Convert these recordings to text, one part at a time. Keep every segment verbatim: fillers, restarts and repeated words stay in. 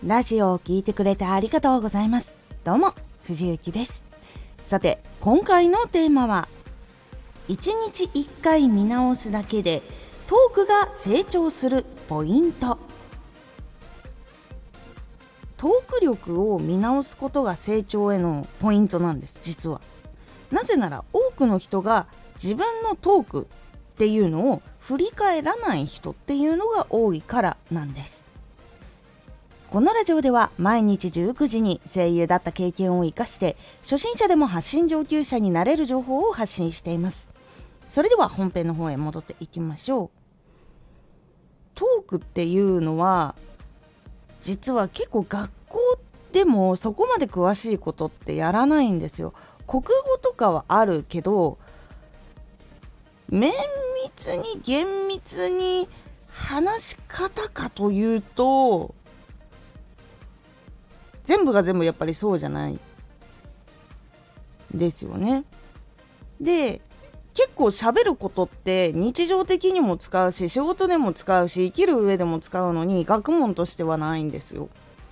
ラジオを聞いてくれてありがとうございます。どうも藤幸です。さて今回のテーマは、いちにちいっかい見直すだけでトークが成長するポイント。トーク力を見直すことが成長へのポイントなんです、実は。なぜなら多くの人が自分のトークっていうのを振り返らない人っていうのが多いからなんです。このラジオでは毎日じゅうくじに声優だった経験を生かして初心者でも発信上級者になれる情報を発信しています。それでは本編の方へ戻っていきましょう。トークっていうのは実は結構学校でもそこまで詳しいことってやらないんですよ。国語とかはあるけど、綿密に厳密に話し方かというと全部が全部やっぱりそうじゃないですよね。で、結構喋ることって日常的にも使うし、仕事でも使うし、生きる上でも使うのに学問としてはないんですよ。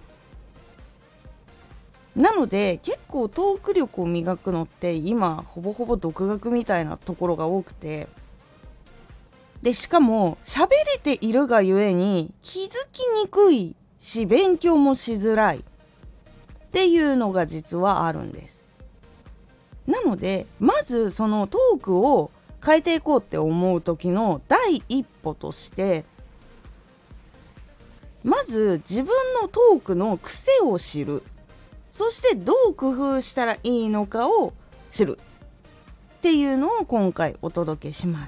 なので結構トーク力を磨くのって今ほぼほぼ独学みたいなところが多くて、でしかも喋れているがゆえに気づきにくいし、勉強もしづらいっていうのが実はあるんです。なのでまずそのトークを変えていこうって思う時の第一歩として、まず自分のトークの癖を知る、そしてどう工夫したらいいのかを知るっていうのを今回お届けします。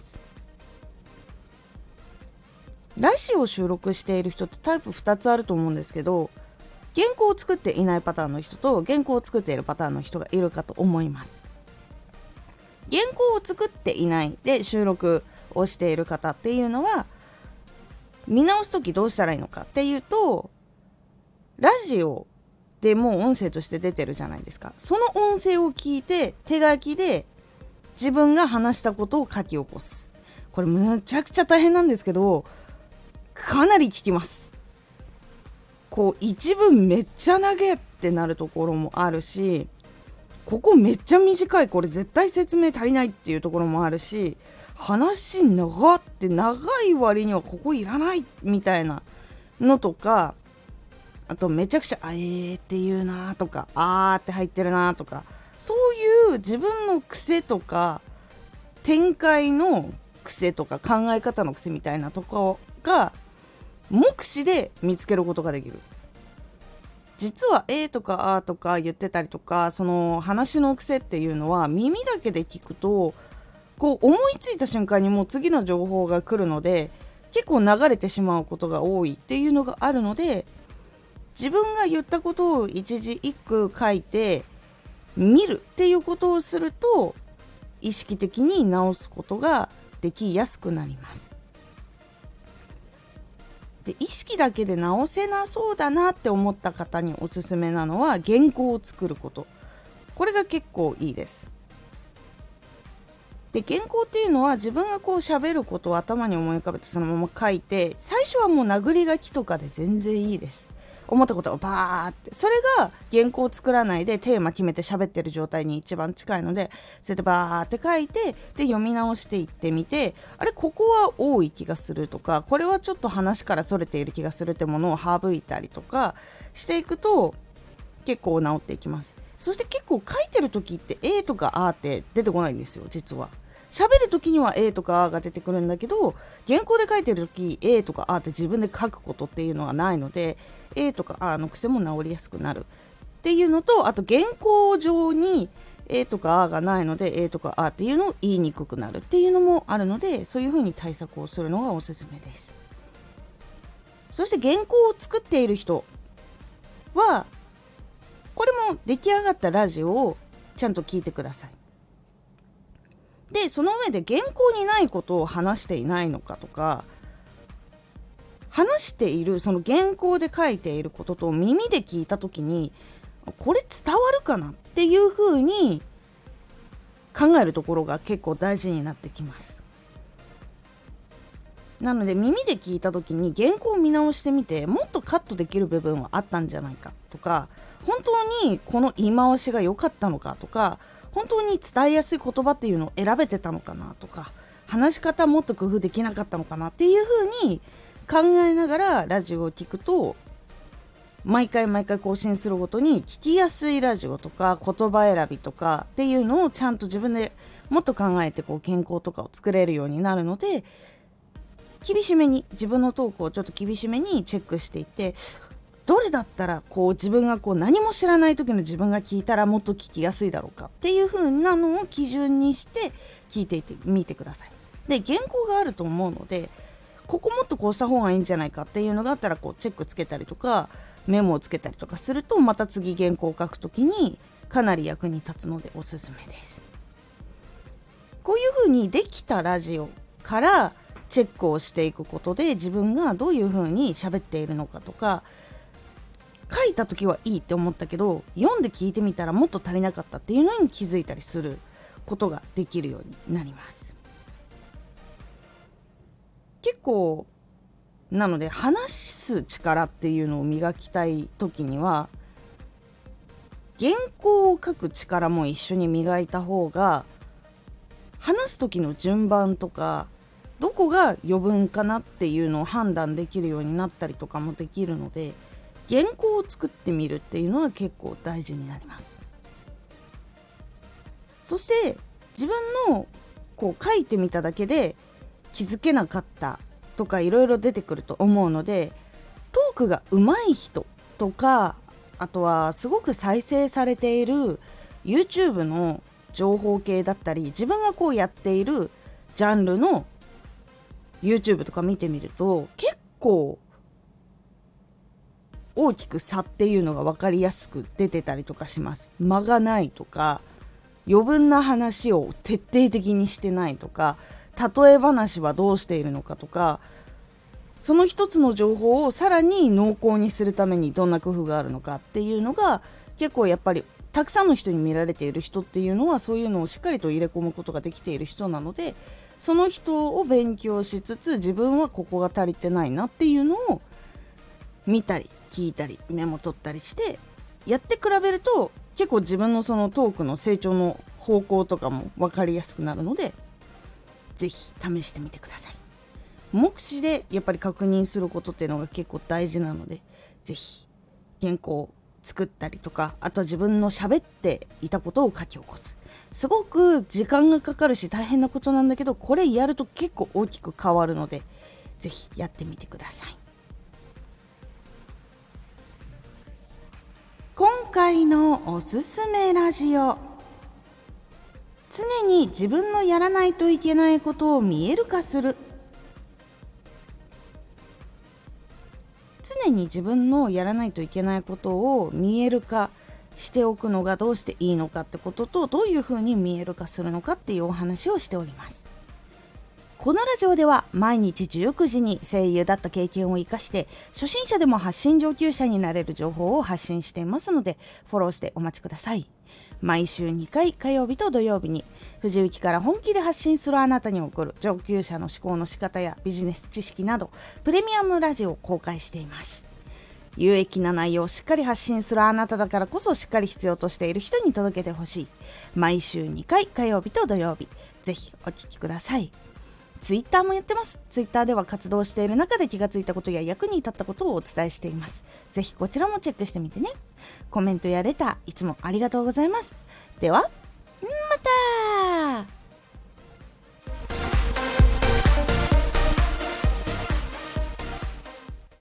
ラジオを収録している人ってタイプふたつあると思うんですけど、原稿を作っていないパターンの人と原稿を作っているパターンの人がいるかと思います。原稿を作っていないで収録をしている方っていうのは、見直すときどうしたらいいのかっていうと、ラジオでもう音声として出てるじゃないですか。その音声を聞いて手書きで自分が話したことを書き起こす。これむちゃくちゃ大変なんですけど、かなり効きます。こう一文めっちゃ長えってなるところもあるし、ここめっちゃ短い、これ絶対説明足りないっていうところもあるし、話長って長い割にはここいらないみたいなのとか、あとめちゃくちゃあえーっていうなとか、あーって入ってるなとか、そういう自分の癖とか展開の癖とか考え方の癖みたいなところが目視で見つけることができる。実はえーとかあーとか言ってたりとか、その話の癖っていうのは耳だけで聞くとこう思いついた瞬間にもう次の情報が来るので、結構流れてしまうことが多いっていうのがあるので、自分が言ったことを一字一句書いて見るっていうことをすると意識的に直すことができやすくなります。で、意識だけで直せなそうだなって思った方におすすめなのは原稿を作ること。これが結構いいです。で、原稿っていうのは自分がこう喋ることを頭に思い浮かべてそのまま書いて、最初はもう殴り書きとかで全然いいです。思ったことをバーって、それが原稿を作らないでテーマ決めて喋ってる状態に一番近いので、それでバーって書いて、で読み直していってみて、あれここは多い気がするとか、これはちょっと話からそれている気がするってものを省いたりとかしていくと結構治っていきます。そして結構書いてる時ってえーとかあーって出てこないんですよ。実は喋る時には A とか A が出てくるんだけど、原稿で書いてる時 A とか A って自分で書くことっていうのはないので、 A とか A の癖も治りやすくなるっていうのと、あと原稿上に A とか A がないので A とか A っていうのを言いにくくなるっていうのもあるので、そういう風に対策をするのがおすすめです。そして原稿を作っている人はこれも出来上がったラジオをちゃんと聞いてください。で、その上で原稿にないことを話していないのかとか、話しているその原稿で書いていることと耳で聞いたときにこれ伝わるかなっていうふうに考えるところが結構大事になってきます。 なので耳で聞いた時に原稿を見直してみて、もっとカットできる部分はあったんじゃないかとか、本当にこの言い回しが良かったのかとか、本当に伝えやすい言葉っていうのを選べてたのかなとか、話し方もっと工夫できなかったのかなっていう風に考えながらラジオを聞くと、毎回毎回更新するごとに聞きやすいラジオとか言葉選びとかっていうのをちゃんと自分でもっと考えて、こう健康とかを作れるようになるので、厳しめに自分のトークをちょっと厳しめにチェックしていって、どれだったらこう自分がこう何も知らない時の自分が聞いたらもっと聞きやすいだろうかっていう風なのを基準にして聞いていてみてください。で、原稿があると思うので、ここもっとこうした方がいいんじゃないかっていうのがあったら、こうチェックつけたりとかメモをつけたりとかすると、また次原稿を書くときにかなり役に立つのでおすすめです。こういう風にできたラジオからチェックをしていくことで、自分がどういう風に喋っているのかとか、書いた時はいいって思ったけど読んで聞いてみたらもっと足りなかったっていうのに気づいたりすることができるようになります。結構なので、話す力っていうのを磨きたい時には、原稿を書く力も一緒に磨いた方が、話す時の順番とかどこが余分かなっていうのを判断できるようになったりとかもできるので、原稿を作ってみるっていうのは結構大事になります。そして自分のこう書いてみただけで気づけなかったとかいろいろ出てくると思うので、トークが上手い人とか、あとはすごく再生されている YouTube の情報系だったり、自分がこうやっているジャンルの YouTube とか見てみると、結構大きく差っていうのが分かりやすく出てたりとかします。間がないとか、余分な話を徹底的にしてないとか、例え話はどうしているのかとか、その一つの情報をさらに濃厚にするためにどんな工夫があるのかっていうのが、結構やっぱりたくさんの人に見られている人っていうのは、そういうのをしっかりと入れ込むことができている人なので、その人を勉強しつつ、自分はここが足りてないなっていうのを見たり聞いたりメモ取ったりしてやって比べると、結構自分のそのトークの成長の方向とかも分かりやすくなるので、ぜひ試してみてください。目視でやっぱり確認することっていうのが結構大事なので、ぜひ原稿を作ったりとか、あとは自分の喋っていたことを書き起こす。すごく時間がかかるし大変なことなんだけど、これやると結構大きく変わるので、ぜひやってみてください。今回のおすすめラジオ、常に自分のやらないといけないことを見える化する。常に自分のやらないといけないことを見える化しておくのがどうしていいのかってことと、どういうふうに見える化するのかっていうお話をしております。このラジオでは毎日じゅうくじに声優だった経験を生かして初心者でも発信上級者になれる情報を発信していますので、フォローしてお待ちください。毎週にかい、火曜日と土曜日に藤雪から本気で発信するあなたに送る上級者の思考の仕方やビジネス知識などプレミアムラジオを公開しています。有益な内容をしっかり発信するあなただからこそ、しっかり必要としている人に届けてほしい。毎週にかい、火曜日と土曜日、ぜひお聞きください。ツイッターもやってます。ツイッターでは活動している中で気がついたことや役に立ったことをお伝えしています。ぜひこちらもチェックしてみてね。コメントやレターいつもありがとうございます。では。